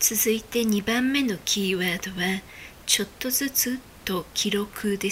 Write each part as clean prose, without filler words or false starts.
続いて2番目のキーワードは、ちょっとずつと記録です。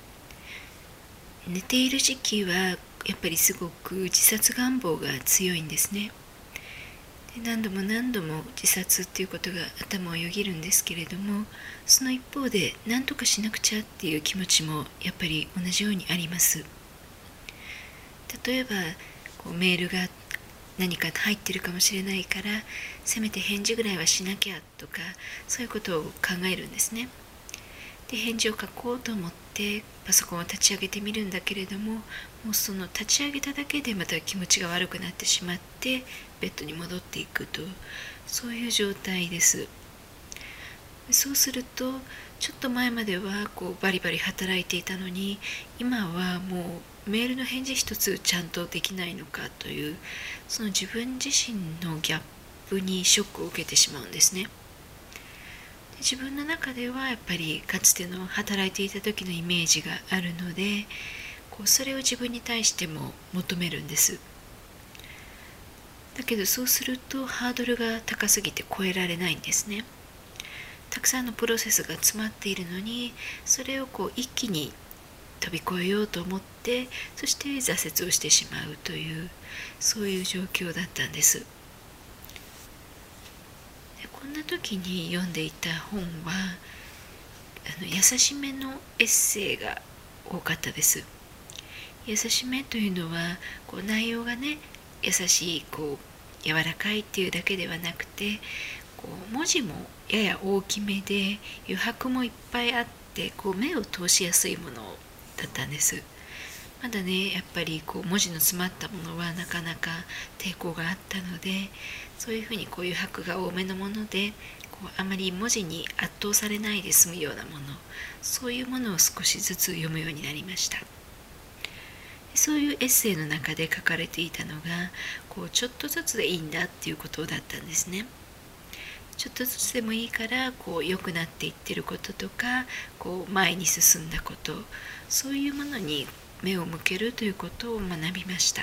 寝ている時期はやっぱりすごく自殺願望が強いんですね。で何度も何度も自殺っていうことが頭をよぎるんですけれども、その一方で何とかしなくちゃっていう気持ちもやっぱり同じようにあります。例えばメールが何か入ってるかもしれないから、せめて返事ぐらいはしなきゃとか、そういうことを考えるんですね。で返事を書こうと思ってパソコンを立ち上げてみるんだけれども、もうその立ち上げただけでまた気持ちが悪くなってしまってベッドに戻っていくと、そういう状態です。そうするとちょっと前まではバリバリ働いていたのに、今はもうメールの返事一つちゃんとできないのかという、その自分自身のギャップにショックを受けてしまうんですね。で自分の中ではやっぱりかつての働いていた時のイメージがあるので、それを自分に対しても求めるんです。だけどそうするとハードルが高すぎて超えられないんですね。たくさんのプロセスが詰まっているのに、それを一気に飛び越えようと思って、そして挫折をしてしまうという、そういう状況だったんです。でこんな時に読んでいた本は優しめのエッセイが多かったです。優しめというのは内容がね、優しい柔らかいっていうだけではなくて、文字もやや大きめで余白もいっぱいあって、目を通しやすいものだったんです。まだねやっぱり文字の詰まったものはなかなか抵抗があったので、そういうふうに余白が多めのものであまり文字に圧倒されないで済むようなもの、そういうものを少しずつ読むようになりました。そういうエッセイの中で書かれていたのが、ちょっとずつでいいんだっていうことだったんですね。ちょっとずつでもいいから良くなっていってることとか、前に進んだこと、そういうものに目を向けるということを学びました。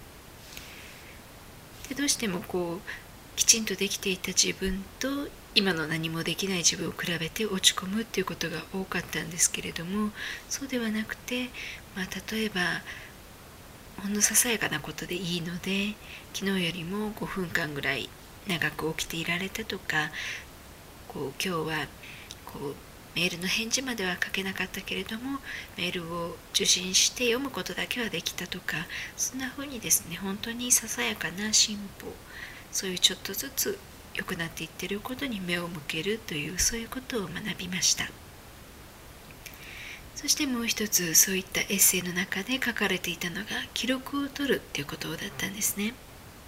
でどうしてもきちんとできていた自分と今の何もできない自分を比べて落ち込むっていうことが多かったんですけれども、そうではなくて、例えばほんのささやかなことでいいので、昨日よりも5分間ぐらい長く起きていられたとか、今日はメールの返事までは書けなかったけれどもメールを受信して読むことだけはできたとか、そんな風にですね、本当にささやかな進歩、そういうちょっとずつ良くなっていっていることに目を向けるという、そういうことを学びました。そしてもう一つ、そういったエッセイの中で書かれていたのが記録を取るっていうことだったんですね。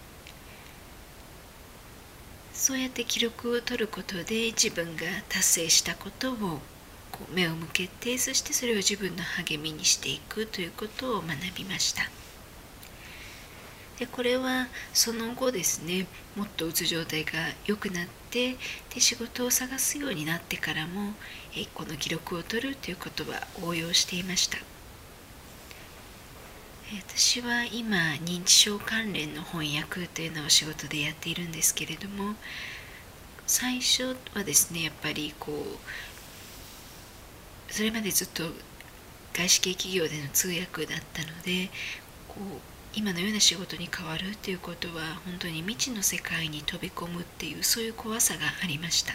そうやって記録を取ることで自分が達成したことを目を向けて、そしてそれを自分の励みにしていくということを学びました。でこれはその後ですね、もっとうつ状態が良くなって、で仕事を探すようになってからもこの記録を取るということは応用していました。私は今認知症関連の翻訳というのを仕事でやっているんですけれども、最初はですねやっぱりそれまでずっと外資系企業での通訳だったので、今のような仕事に変わるということは本当に未知の世界に飛び込むっていう、そういう怖さがありました。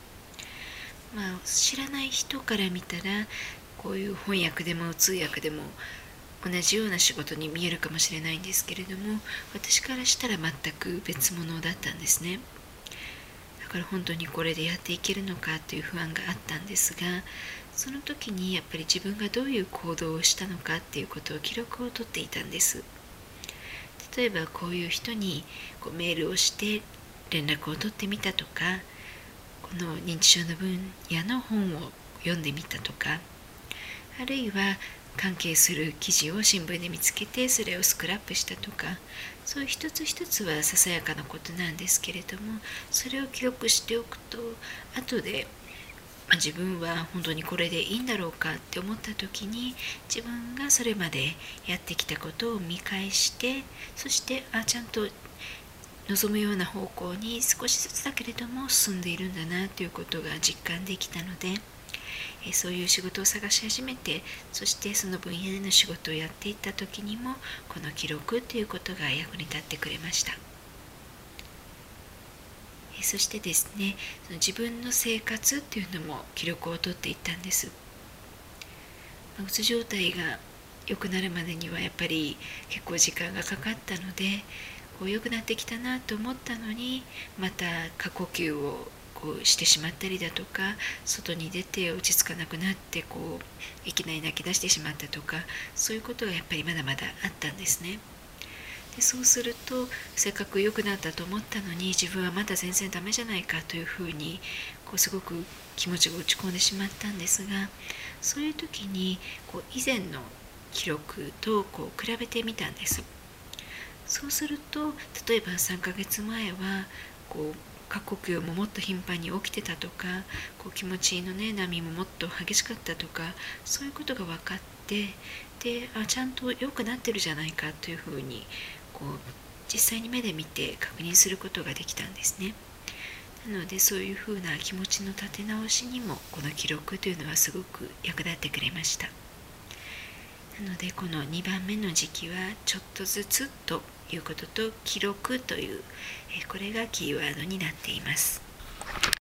知らない人から見たらこういう翻訳でも通訳でも同じような仕事に見えるかもしれないんですけれども、私からしたら全く別物だったんですね。だから本当にこれでやっていけるのかという不安があったんですが、その時にやっぱり自分がどういう行動をしたのかっていうことを記録を取っていたんです。例えばこういう人にメールをして連絡を取ってみたとか、この認知症の分野の本を読んでみたとか、あるいは関係する記事を新聞で見つけてそれをスクラップしたとか、そういう一つ一つはささやかなことなんですけれども、それを記録しておくと後で自分は本当にこれでいいんだろうかって思った時に、自分がそれまでやってきたことを見返して、そしてちゃんと望むような方向に少しずつだけれども進んでいるんだなということが実感できたので、そういう仕事を探し始めて、そしてその分野での仕事をやっていった時にもこの記録ということが役に立ってくれました。そしてですね、その自分の生活っていうのも記録をとっていったんです。うつ状態が良くなるまでにはやっぱり結構時間がかかったので、良くなってきたなと思ったのにまた過呼吸をしてしまったりだとか、外に出て落ち着かなくなっていきなり泣き出してしまったとか、そういうことがやっぱりまだまだあったんですね。でそうすると、せっかく良くなったと思ったのに自分はまだ全然ダメじゃないかというふうにすごく気持ちが落ち込んでしまったんですが、そういう時に以前の記録と比べてみたんです。そうすると、例えば3ヶ月前は過呼吸ももっと頻繁に起きてたとか、気持ちのね波ももっと激しかったとか、そういうことが分かって、でちゃんと良くなってるじゃないかというふうに実際に目で見て確認することができたんですね。なのでそういうふうな気持ちの立て直しにもこの記録というのはすごく役立ってくれました。なのでこの2番目の時期はちょっとずつということと記録という、これがキーワードになっています。